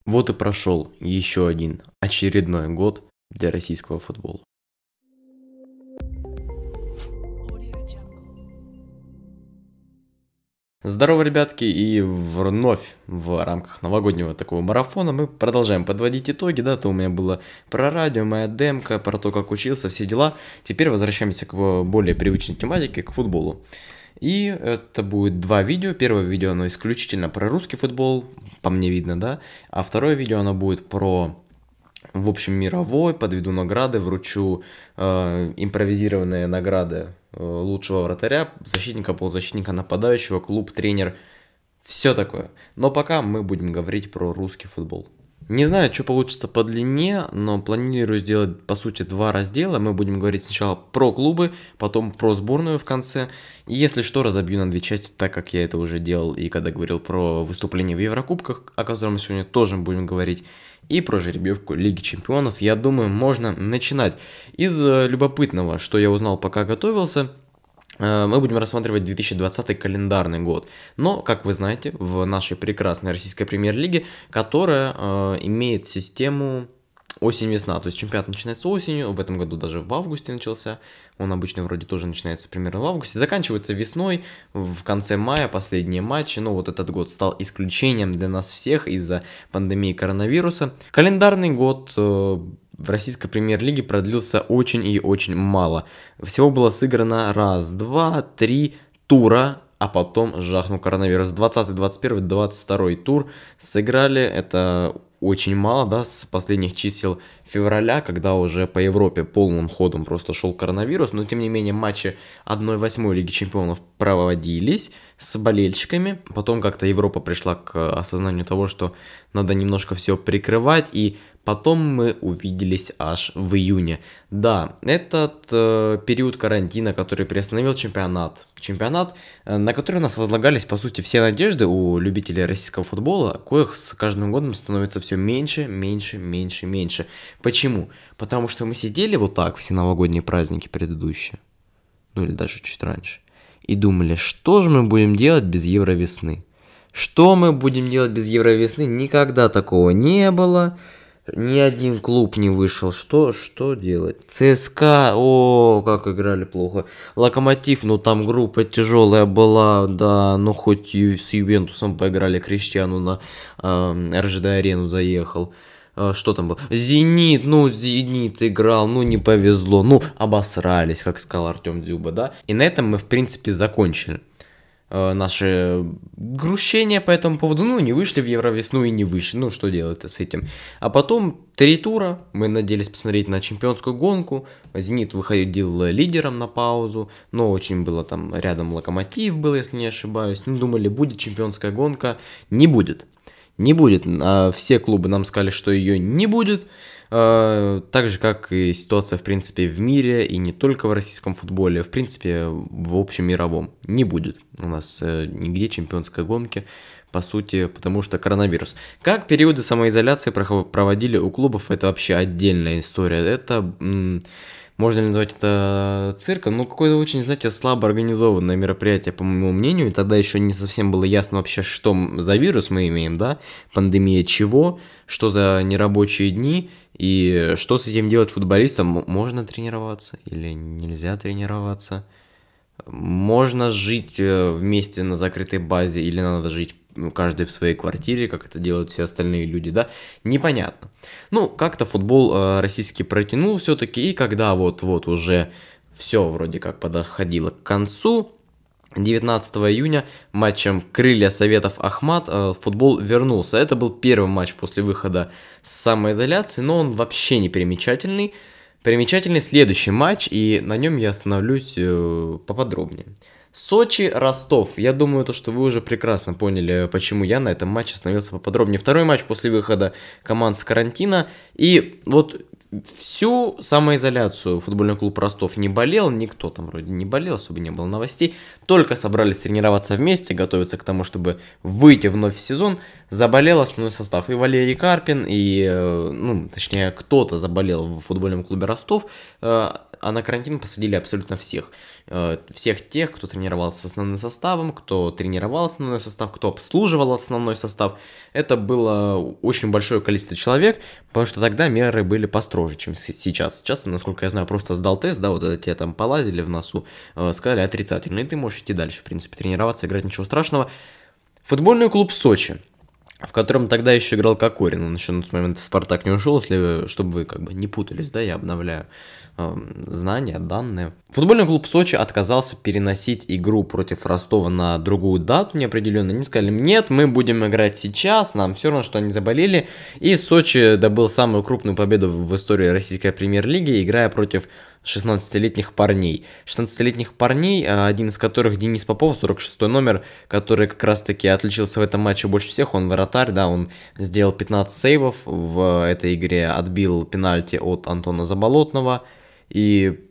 Вот и прошел еще один очередной год для российского футбола. Здорово, ребятки, и вновь в рамках новогоднего такого марафона мы продолжаем подводить итоги, да, то у меня было про радио, моя демка, про то, как учился, все дела. Теперь возвращаемся к более привычной тематике, к футболу. И это будет два видео. Первое видео, оно исключительно про русский футбол, по мне видно, да, а второе видео, оно будет про, в общем, мировой, подведу награды, вручу импровизированные награды лучшего вратаря, защитника, полузащитника, нападающего, клуб, тренер, все такое. Но пока мы будем говорить про русский футбол. Не знаю, что получится по длине, но планирую сделать, по сути, два раздела. Мы будем говорить сначала про клубы, потом про сборную в конце. И если что, разобью на две части, так как я это уже делал и когда говорил про выступление в Еврокубках, о котором мы сегодня тоже будем говорить, и про жеребьевку Лиги Чемпионов. Я думаю, можно начинать. Из любопытного, что я узнал, пока готовился, мы будем рассматривать 2020 календарный год. Но, как вы знаете, в нашей прекрасной российской премьер-лиге, которая имеет систему осень-весна. То есть чемпионат начинается осенью, в этом году даже в августе начался. Он обычно вроде тоже начинается примерно в августе. Заканчивается весной, в конце мая, последние матчи. Но вот этот год стал исключением для нас всех из-за пандемии коронавируса. Календарный год в российской премьер-лиге продлился очень и очень мало. Всего было сыграно раз, два, три тура, а потом жахнул коронавирус. 20, 21, 22 тур сыграли, это очень мало, да, с последних чисел февраля, когда уже по Европе полным ходом просто шел коронавирус, но тем не менее матчи 1/8 Лиги Чемпионов проводились с болельщиками. Потом как-то Европа пришла к осознанию того, что надо немножко все прикрывать, и потом мы увиделись аж в июне. Да, этот период карантина, который приостановил чемпионат, на который у нас возлагались, по сути, все надежды у любителей российского футбола, коих с каждым годом становится все меньше, меньше, меньше, меньше. Почему? Потому что мы сидели вот так все новогодние праздники предыдущие, ну или даже чуть раньше, и думали, что же мы будем делать без Евровесны? Что мы будем делать без Евровесны? Никогда такого не было. Ни один клуб не вышел. Что делать? ЦСКА, как играли плохо. Локомотив, ну там группа тяжелая была, да, но хоть и с Ювентусом поиграли, Криштиану на РЖД-арену заехал. Что там было? Зенит играл, не повезло, обосрались, как сказал Артем Дзюба, да. И на этом мы, в принципе, закончили наше грущение по этому поводу. Не вышли в Евровесну и не вышли. Что делать-то с этим? А потом 3 тура. Мы надеялись посмотреть на чемпионскую гонку. Зенит выходил лидером на паузу. Но очень было там рядом Локомотив был, если не ошибаюсь. Думали, будет чемпионская гонка. Не будет. Не будет. Все клубы нам сказали, что ее не будет. Так же, как и ситуация, в принципе, в мире, и не только в российском футболе, в принципе, в общем мировом. Не будет у нас нигде чемпионской гонки, по сути, потому что коронавирус. Как периоды самоизоляции проводили у клубов, это вообще отдельная история. Это, можно ли назвать это цирком? Какое-то очень, знаете, слабо организованное мероприятие, по моему мнению. И тогда еще не совсем было ясно вообще, что за вирус мы имеем, да? Пандемия чего? Что за нерабочие дни? И что с этим делать футболистам? Можно тренироваться или нельзя тренироваться? Можно жить вместе на закрытой базе или надо жить каждый в своей квартире, как это делают все остальные люди, да? Непонятно. Как-то футбол российский протянул все-таки, и когда вот уже все вроде как подходило к концу, 19 июня матчем «Крылья Советов Ахмат» футбол вернулся. Это был первый матч после выхода с самоизоляции, но он вообще не примечательный. Примечательный следующий матч, и на нем я остановлюсь поподробнее. Сочи-Ростов. Я думаю, что вы уже прекрасно поняли, почему я на этом матче остановился поподробнее. Второй матч после выхода команд с карантина. И вот всю самоизоляцию футбольный клуб Ростов не болел, никто там вроде не болел, особо не было новостей. Только собрались тренироваться вместе, готовиться к тому, чтобы выйти вновь в сезон. Заболел основной состав. И Валерий Карпин, и, точнее, кто-то заболел в футбольном клубе Ростов. А на карантин посадили абсолютно всех. всех тех, кто тренировался с основным составом, кто тренировал основной состав, кто обслуживал основной состав. Это было очень большое количество человек, потому что тогда меры были построже, чем сейчас. Сейчас, насколько я знаю, просто сдал тест, да, вот это тебе там полазили в носу, сказали отрицательно, и ты можешь идти дальше, в принципе, тренироваться, играть, ничего страшного. Футбольный клуб Сочи, в котором тогда еще играл Кокорин, он еще на тот момент в «Спартак» не ушел, чтобы вы как бы не путались, да, я обновляю знания, данные. Футбольный клуб Сочи отказался переносить игру против Ростова на другую дату неопределенную. Они сказали, нет, мы будем играть сейчас, нам все равно, что они заболели. И Сочи добыл самую крупную победу в истории российской премьер-лиги, играя против 16-летних парней. 16-летних парней, один из которых Денис Попов, 46-й номер, который как раз-таки отличился в этом матче больше всех. Он вратарь, да, он сделал 15 сейвов в этой игре, отбил пенальти от Антона Заболотного и,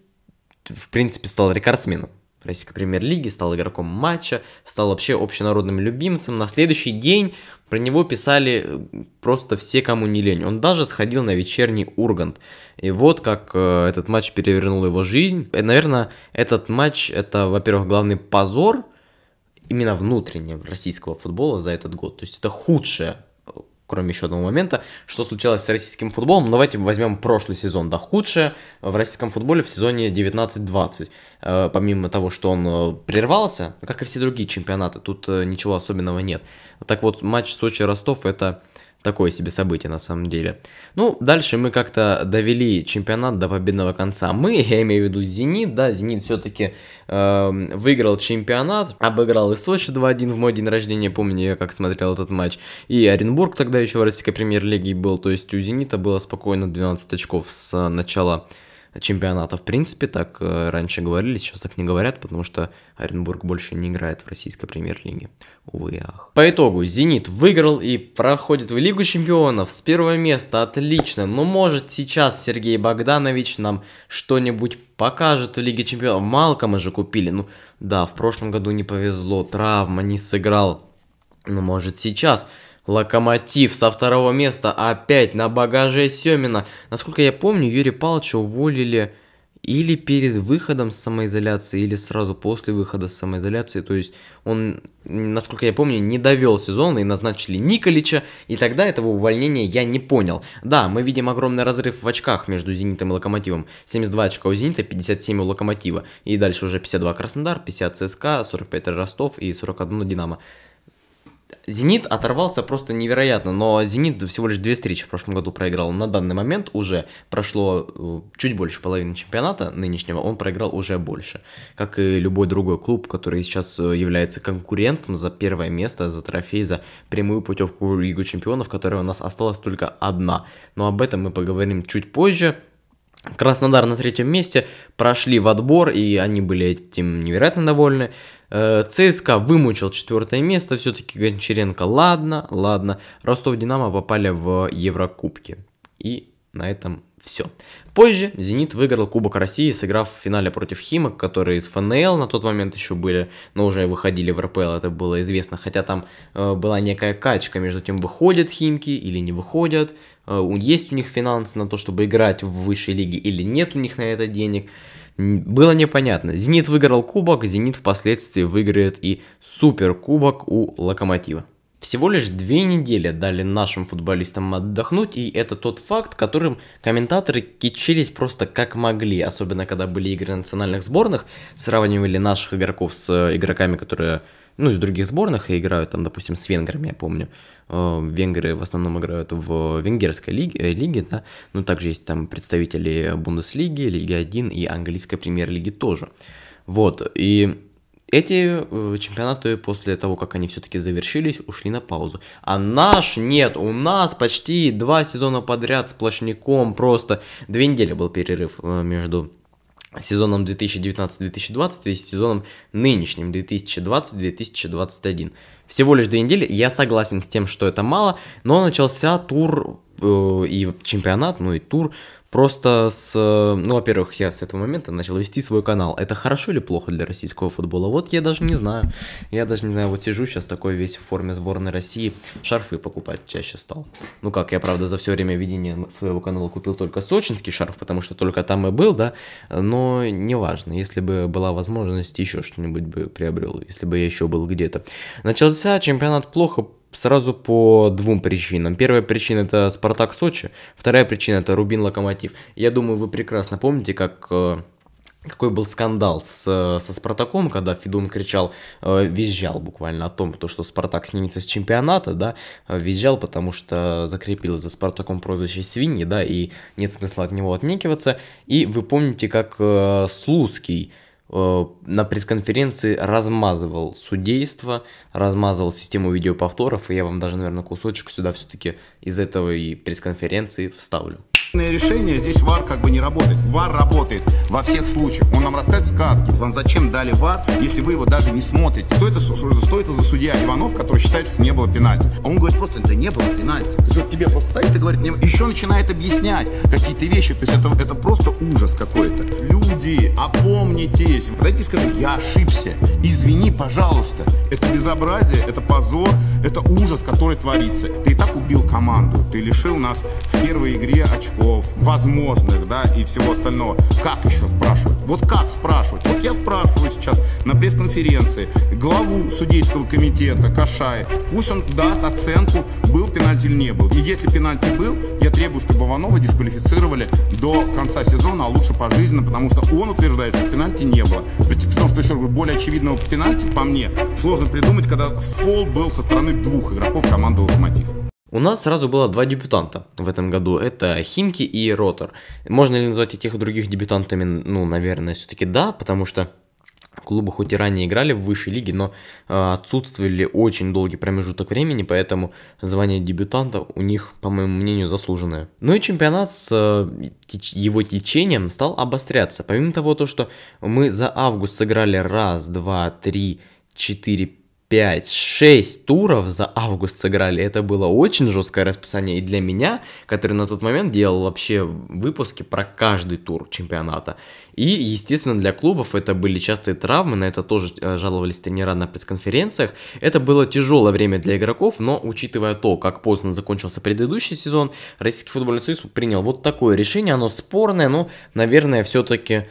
в принципе, стал рекордсменом в российской премьер-лиге, стал игроком матча, стал вообще общенародным любимцем. На следующий день про него писали просто все, кому не лень. Он даже сходил на вечерний Ургант. И вот как этот матч перевернул его жизнь. И, наверное, этот матч, это, во-первых, главный позор именно внутреннего российского футбола за этот год. То есть это худшее, кроме еще одного момента, что случалось с российским футболом. Давайте возьмем прошлый сезон, да, худшее в российском футболе в сезоне 19-20. Помимо того, что он прервался, как и все другие чемпионаты, тут ничего особенного нет. Так вот, матч Сочи-Ростов — это такое себе событие на самом деле. Ну, дальше мы как-то довели чемпионат до победного конца. Я имею в виду «Зенит», да, «Зенит» все-таки выиграл чемпионат, обыграл и Сочи 2-1 в мой день рождения, помню, я как смотрел этот матч, и Оренбург тогда еще в российской премьер-лиге был, то есть у «Зенита» было спокойно 12 очков с начала чемпионата. В принципе, так раньше говорили, сейчас так не говорят, потому что Оренбург больше не играет в российской премьер-лиге. Увы и ах. По итогу, «Зенит» выиграл и проходит в Лигу чемпионов с первого места. Отлично. Но может сейчас Сергей Богданович нам что-нибудь покажет в Лиге чемпионов. Малкома же купили. Ну да, в прошлом году не повезло, травма, не сыграл. Но может сейчас Локомотив со второго места опять на багаже Семина. Насколько я помню, Юрия Павловича уволили или перед выходом с самоизоляции, или сразу после выхода с самоизоляции. То есть он, насколько я помню, не довел сезон и назначили Николича, и тогда этого увольнения я не понял. Да, мы видим огромный разрыв в очках между «Зенитом» и «Локомотивом». 72 очка у «Зенита», 57 у «Локомотива». И дальше уже 52 Краснодар, 50 ЦСКА, 45 Ростов и 41 Динамо. «Зенит» оторвался просто невероятно, но «Зенит» всего лишь 2 встречи в прошлом году проиграл. На данный момент уже прошло чуть больше половины чемпионата нынешнего, он проиграл уже больше. Как и любой другой клуб, который сейчас является конкурентом за первое место, за трофей, за прямую путевку в Лигу чемпионов, которая у нас осталась только одна. Но об этом мы поговорим чуть позже. Краснодар на 3-м месте, прошли в отбор, и они были этим невероятно довольны. ЦСКА вымучил 4-е место, все-таки Гончаренко, ладно. Ростов, Динамо попали в Еврокубки. И на этом все. Позже «Зенит» выиграл Кубок России, сыграв в финале против «Химок», которые из ФНЛ на тот момент еще были, но уже выходили в РПЛ, это было известно. Хотя там была некая качка между тем, выходят «Химки» или не выходят, есть у них финансы на то, чтобы играть в высшей лиге, или нет у них на это денег. Было непонятно. «Зенит» выиграл кубок, «Зенит» впоследствии выиграет и суперкубок у «Локомотива». Всего лишь 2 недели дали нашим футболистам отдохнуть, и это тот факт, которым комментаторы кичились просто как могли, особенно когда были игры национальных сборных, сравнивали наших игроков с игроками, которые, из других сборных и играют, там, допустим, с венграми, я помню. Венгры в основном играют в венгерской лиге, да, но также есть там представители Бундеслиги, Лиги 1 и английской премьер-лиги тоже. Вот, и эти чемпионаты после того, как они все-таки завершились, ушли на паузу. А нет, у нас почти 2 сезона подряд сплошняком, просто 2 недели был перерыв между сезоном 2019-2020 и сезоном нынешним 2020-2021. Всего лишь 2 недели, я согласен с тем, что это мало, но начался тур и чемпионат, и тур Просто ну, во-первых, я с этого момента начал вести свой канал. Это хорошо или плохо для российского футбола? Вот я даже не знаю. Я даже не знаю, вот сижу сейчас такой весь в форме сборной России, шарфы покупать чаще стал. Ну как, я, правда, за все время ведения своего канала купил только сочинский шарф, потому что только там и был, да, но неважно, если бы была возможность, еще что-нибудь бы приобрел, если бы я еще был где-то. Начался чемпионат плохо, сразу по двум причинам. Первая причина — это Спартак Сочи, вторая причина — это Рубин Локомотив. Я думаю, вы прекрасно помните, какой был скандал со Спартаком, когда Федун кричал, визжал буквально о том, что Спартак снимется с чемпионата, да, визжал, потому что закрепил за Спартаком прозвище «Свиньи», да, и нет смысла от него отнекиваться. И вы помните, как Слуцкий на пресс-конференции размазывал судейство, размазывал систему видеоповторов, и я вам даже, наверное, кусочек сюда все-таки из этой пресс-конференции вставлю. Решение, здесь ВАР как бы не работает. ВАР работает во всех случаях. Он нам рассказывает сказки. Вам зачем дали ВАР, если вы его даже не смотрите? Что это за судья Иванов, который считает, что не было пенальти? А он говорит просто, да не было пенальти. То есть вот тебе просто стоит и говорит, еще начинает объяснять какие-то вещи. То есть это просто ужас какой-то. Люди, опомнитесь. Подойди и скажи, я ошибся. Извини, пожалуйста. Это безобразие, это позор, это ужас, который творится. Ты и так убил команду. Ты лишил нас в первой игре очков возможных, да, и всего остального. Как еще спрашивать? Вот как спрашивать? Вот я спрашиваю сейчас на пресс-конференции главу судейского комитета Кашай. Пусть он даст оценку, был пенальти или не был. И если пенальти был, я требую, чтобы Иванова дисквалифицировали до конца сезона, а лучше пожизненно, потому что он утверждает, что пенальти не было. Потому что, еще говорю, более очевидного пенальти, по мне, сложно придумать, когда фол был со стороны двух игроков команды «Локомотив». У нас сразу было два дебютанта в этом году, это Химки и Ротор. Можно ли назвать и тех, и других дебютантами? Ну, наверное, все-таки да, потому что клубы хоть и ранее играли в высшей лиге, но отсутствовали очень долгий промежуток времени, поэтому звание дебютанта у них, по моему мнению, заслуженное. Ну и чемпионат с его течением стал обостряться. Помимо того, что мы за август сыграли 1, 2, 3, 4, 5, 6 туров за август сыграли. Это было очень жесткое расписание и для меня, который на тот момент делал вообще выпуски про каждый тур чемпионата. И, естественно, для клубов это были частые травмы, на это тоже жаловались тренера на пресс-конференциях. Это было тяжелое время для игроков, но учитывая то, как поздно закончился предыдущий сезон, Российский футбольный союз принял вот такое решение. Оно спорное, но, наверное, все-таки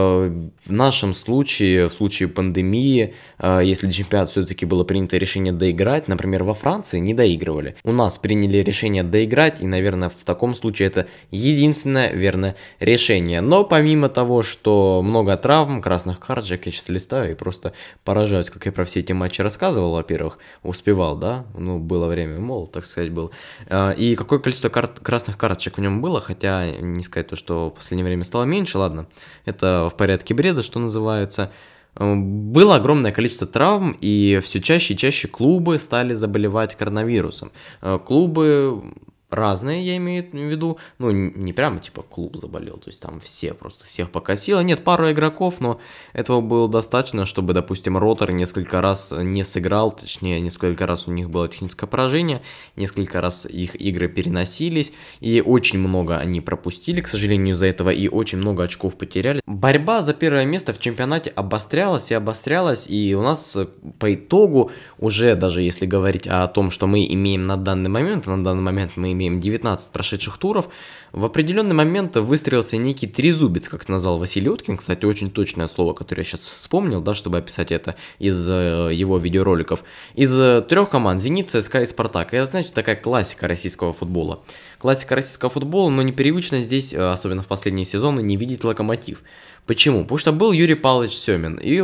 в нашем случае, в случае пандемии, если чемпионат все-таки было принято решение доиграть, например, во Франции не доигрывали. У нас приняли решение доиграть, и, наверное, в таком случае это единственное верное решение. Но помимо того, что много травм, красных карточек, я сейчас листаю и просто поражаюсь, как я про все эти матчи рассказывал, во-первых, успевал, да, ну, было время, мол, так сказать, был. И какое количество красных карточек в нем было, хотя не сказать то, что в последнее время стало меньше, ладно, это в порядке бреда, что называется. Было огромное количество травм, и все чаще и чаще клубы стали заболевать коронавирусом. Клубы разные, я имею в виду, ну, не прямо типа клуб заболел, то есть там все, просто всех покосило. Нет, пару игроков, но этого было достаточно, чтобы, допустим, Ротор несколько раз не сыграл, точнее, несколько раз у них было техническое поражение, несколько раз их игры переносились, и очень много они пропустили, к сожалению, из-за этого, и очень много очков потеряли. Борьба за первое место в чемпионате обострялась и обострялась, и у нас по итогу, уже даже если говорить о том, что мы имеем на данный момент мы имеем 19 прошедших туров, в определенный момент выстроился некий трезубец, как назвал Василий Уткин, кстати, очень точное слово, которое я сейчас вспомнил, да, чтобы описать это из его видеороликов. Из 3 команд: Зенит, ЦСКА и Спартак. И это, значит, такая классика российского футбола. Классика российского футбола, но непривычно здесь, особенно в последние сезоны, не видеть Локомотив. Почему? Потому что был Юрий Павлович Семин, и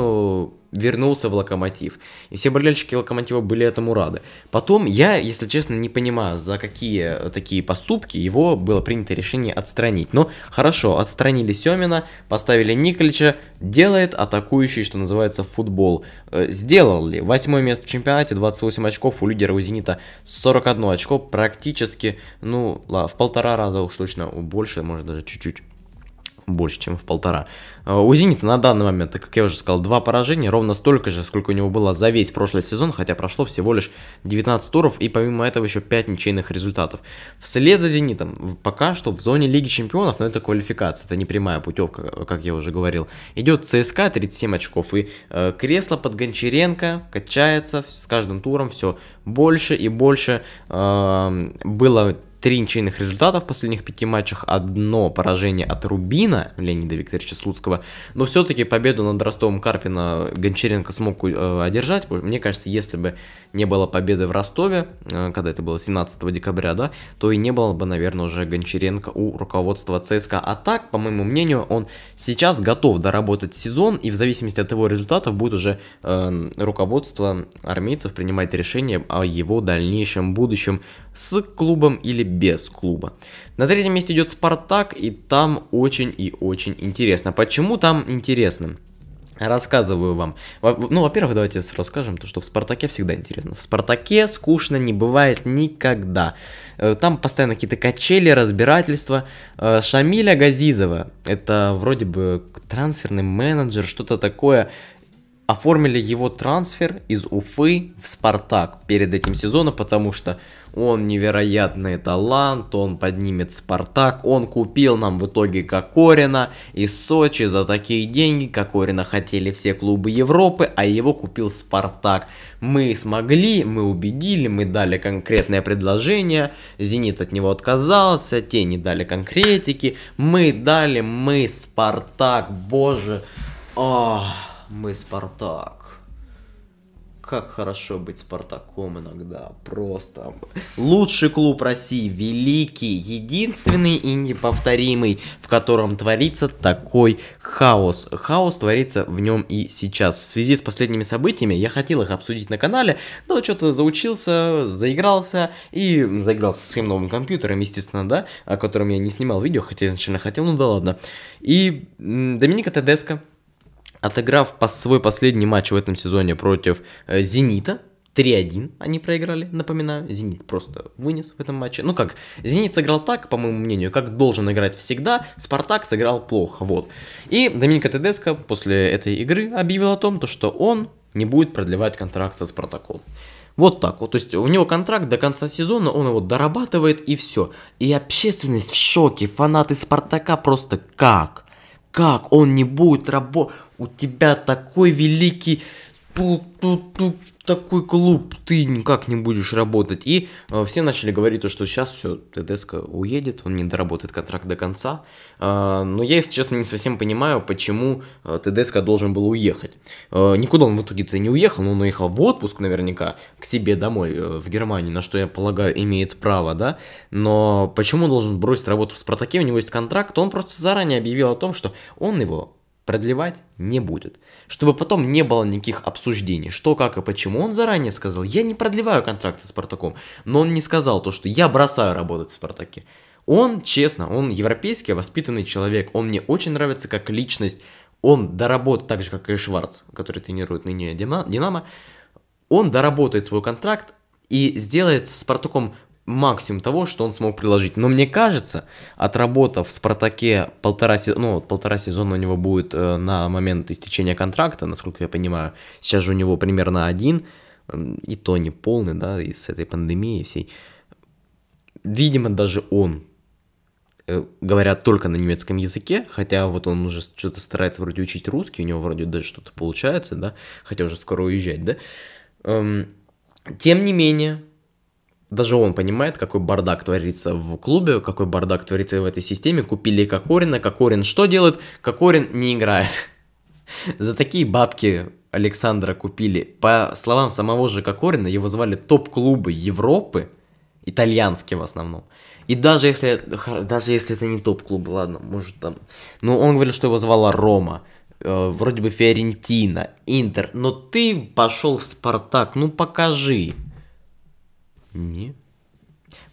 он вернулся в Локомотив. И все болельщики Локомотива были этому рады. Потом я, если честно, не понимаю, за какие такие поступки его было принято решение отстранить. Но хорошо, отстранили Семина, поставили Николича, делает атакующий, что называется, футбол. Сделал ли? 8 место в чемпионате, 28 очков, у лидера, у Зенита 41 очко, практически, ну, в 1,5 раза уж точно больше, может даже чуть-чуть. больше, чем в 1,5. У «Зенита» на данный момент, как я уже сказал, 2 поражения, ровно столько же, сколько у него было за весь прошлый сезон, хотя прошло всего лишь 19 туров, и помимо этого еще 5 ничейных результатов. Вслед за «Зенитом» пока что в зоне Лиги Чемпионов, но это квалификация, это не прямая путевка, как я уже говорил, идет ЦСКА 37 очков, и кресло под Гончаренко качается с каждым туром все больше и больше. Было 3 ничейных результата в последних 5 матчах, 1 поражение от Рубина Леонида Викторовича Слуцкого, но все-таки победу над Ростовом Карпина Гончаренко смог одержать. Мне кажется, если бы не было победы в Ростове, когда это было 17 декабря, да, то и не было бы, наверное, уже Гончаренко у руководства ЦСКА. А так, по моему мнению, он сейчас готов доработать сезон, и в зависимости от его результатов будет уже руководство армейцев принимать решение о его дальнейшем будущем с клубом или без клуба. На 3-м месте идет «Спартак», и там очень и очень интересно. Почему там интересно? Рассказываю вам. Ну, во-первых, давайте сразу скажем, что в «Спартаке» всегда интересно. В «Спартаке» скучно не бывает никогда. Там постоянно какие-то качели, разбирательства. Шамиля Газизова, это вроде бы трансферный менеджер, что-то такое, оформили его трансфер из Уфы в «Спартак» перед этим сезоном, потому что он невероятный талант, он поднимет «Спартак», он купил нам в итоге Кокорина из Сочи за такие деньги. Кокорина хотели все клубы Европы, а его купил «Спартак». Мы смогли, мы убедили, мы дали конкретное предложение, «Зенит» от него отказался, те не дали конкретики, мы дали, мы «Спартак», боже, мы «Спартак». Как хорошо быть «Спартаком» иногда, просто. Лучший клуб России, великий, единственный и неповторимый, в котором творится такой хаос. Хаос творится в нем и сейчас. В связи с последними событиями я хотел их обсудить на канале, но что-то заучился, заигрался с своим новым компьютером, естественно, да, о котором я не снимал видео, хотя изначально хотел, ну да ладно. И Доминика Тедеско, отыграв свой последний матч в этом сезоне против «Зенита», 3-1 они проиграли, напоминаю, «Зенит» просто вынес в этом матче. Ну как, «Зенит» сыграл так, по моему мнению, как должен играть всегда, «Спартак» сыграл плохо, вот. И Доминика Тедеско после этой игры объявил о том, что он не будет продлевать контракт со «Спартаком». Вот так вот, то есть у него контракт до конца сезона, он его дорабатывает и все. И общественность в шоке, фанаты «Спартака» просто как? Как он не будет работать? У тебя такой великий, такой клуб, ты никак не будешь работать. И все начали говорить, что сейчас все, Тедеско уедет, он не доработает контракт до конца. Но я, если честно, не совсем понимаю, почему Тедеско должен был уехать. Никуда он в итоге-то не уехал, но он уехал в отпуск наверняка к себе домой в Германию, на что, я полагаю, имеет право, да. Но почему он должен бросить работу в «Спартаке», у него есть контракт, он просто заранее объявил о том, что он его продлевать не будет, чтобы потом не было никаких обсуждений, что, как и почему. Он заранее сказал: я не продлеваю контракт со «Спартаком», но он не сказал то, что я бросаю работать в «Спартаке». Он, честно, он европейский воспитанный человек, он мне очень нравится как личность, он доработает так же, как и Шварц, который тренирует ныне «Динамо», он доработает свой контракт и сделает с «Спартаком» максимум того, что он смог приложить. Но мне кажется, отработав в «Спартаке» полтора сезона у него будет на момент истечения контракта, насколько я понимаю, сейчас же у него примерно 1, и то не полный, да, из этой пандемии всей. Видимо, даже он, говорят только на немецком языке, хотя вот он уже что-то старается вроде учить русский, у него вроде даже что-то получается, да, хотя уже скоро уезжать, да. Тем не менее, даже он понимает, какой бардак творится в клубе, какой бардак творится в этой системе. Купили Кокорина, Кокорин что делает? Кокорин не играет. За такие бабки Александра купили. По словам самого же Кокорина, его звали топ-клубы Европы, итальянские в основном. И даже если это не топ-клубы, ладно, может там... Ну, он говорил, что его звала Рома, вроде бы Фиорентина, Интер. Но ты пошел в «Спартак», ну покажи. Не.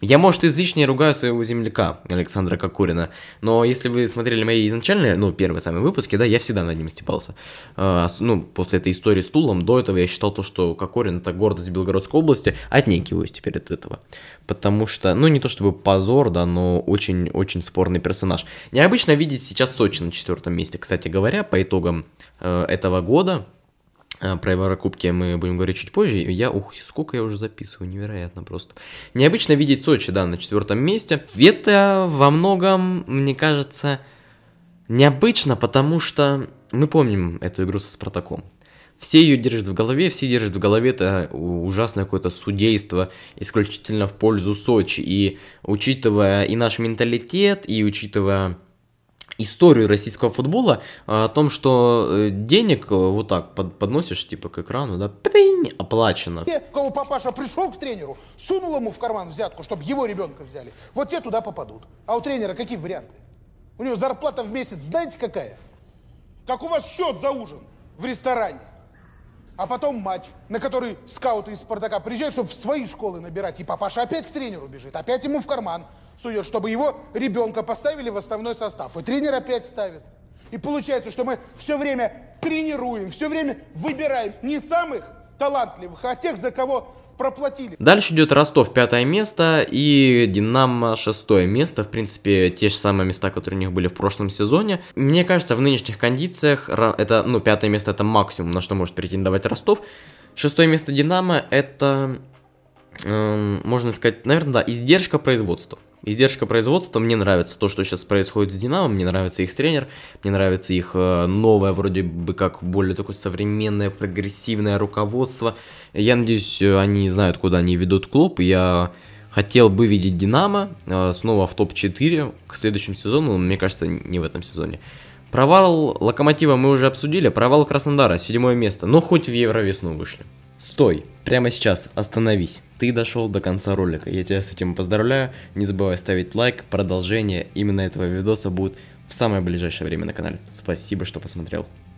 Я, может, излишне ругаю своего земляка Александра Кокорина, но если вы смотрели мои изначальные, ну, первые самые выпуски, да, я всегда над ним стебался. Ну, после этой истории с Тулом, до этого я считал то, что Кокорин — это гордость Белгородской области, отнекиваюсь теперь от этого. Потому что, ну, не то чтобы позор, да, но очень-очень спорный персонаж. Необычно видеть сейчас Сочи на 4-м месте, кстати говоря, по итогам этого года. Про Еврокубки мы будем говорить чуть позже. Сколько я уже записываю, невероятно просто. Необычно видеть Сочи, да, на 4-м месте. Это во многом, мне кажется, необычно, потому что мы помним эту игру со Спартаком. Все ее держат в голове, все держат в голове это ужасное какое-то судейство исключительно в пользу Сочи. И учитывая и наш менталитет, и учитывая историю российского футбола, о том, что денег вот так подносишь типа к экрану, да, оплачено. Те, кого папаша пришел к тренеру, сунул ему в карман взятку, чтобы его ребенка взяли, вот те туда попадут. А у тренера какие варианты? У него зарплата в месяц знаете какая? Как у вас счет за ужин в ресторане. А потом матч, на который скауты из Спартака приезжают, чтобы в свои школы набирать. И папаша опять к тренеру бежит, опять ему в карман сует, чтобы его ребенка поставили в основной состав. И тренер опять ставит. И получается, что мы все время тренируем, все время выбираем не самых талантливых, а тех, за кого проплатили. Дальше идет Ростов 5-е место и Динамо 6-е место. В принципе, те же самые места, которые у них были в прошлом сезоне. Мне кажется, в нынешних кондициях это, ну, 5-е место — это максимум, на что может претендовать Ростов. 6-е место Динамо — это, можно сказать, наверное, да, издержка производства. Издержка производства. Мне нравится то, что сейчас происходит с Динамо, мне нравится их тренер, мне нравится их новое, вроде бы как более такое современное, прогрессивное руководство. Я надеюсь, они знают, куда они ведут клуб. Я хотел бы видеть Динамо снова в топ-4 к следующему сезону, но мне кажется, не в этом сезоне. Провал Локомотива мы уже обсудили, провал Краснодара 7-е место, но хоть в Евровесну вышли. Стой, прямо сейчас остановись, ты дошел до конца ролика, я тебя с этим поздравляю, не забывай ставить лайк, продолжение именно этого видоса будет в самое ближайшее время на канале. Спасибо, что посмотрел.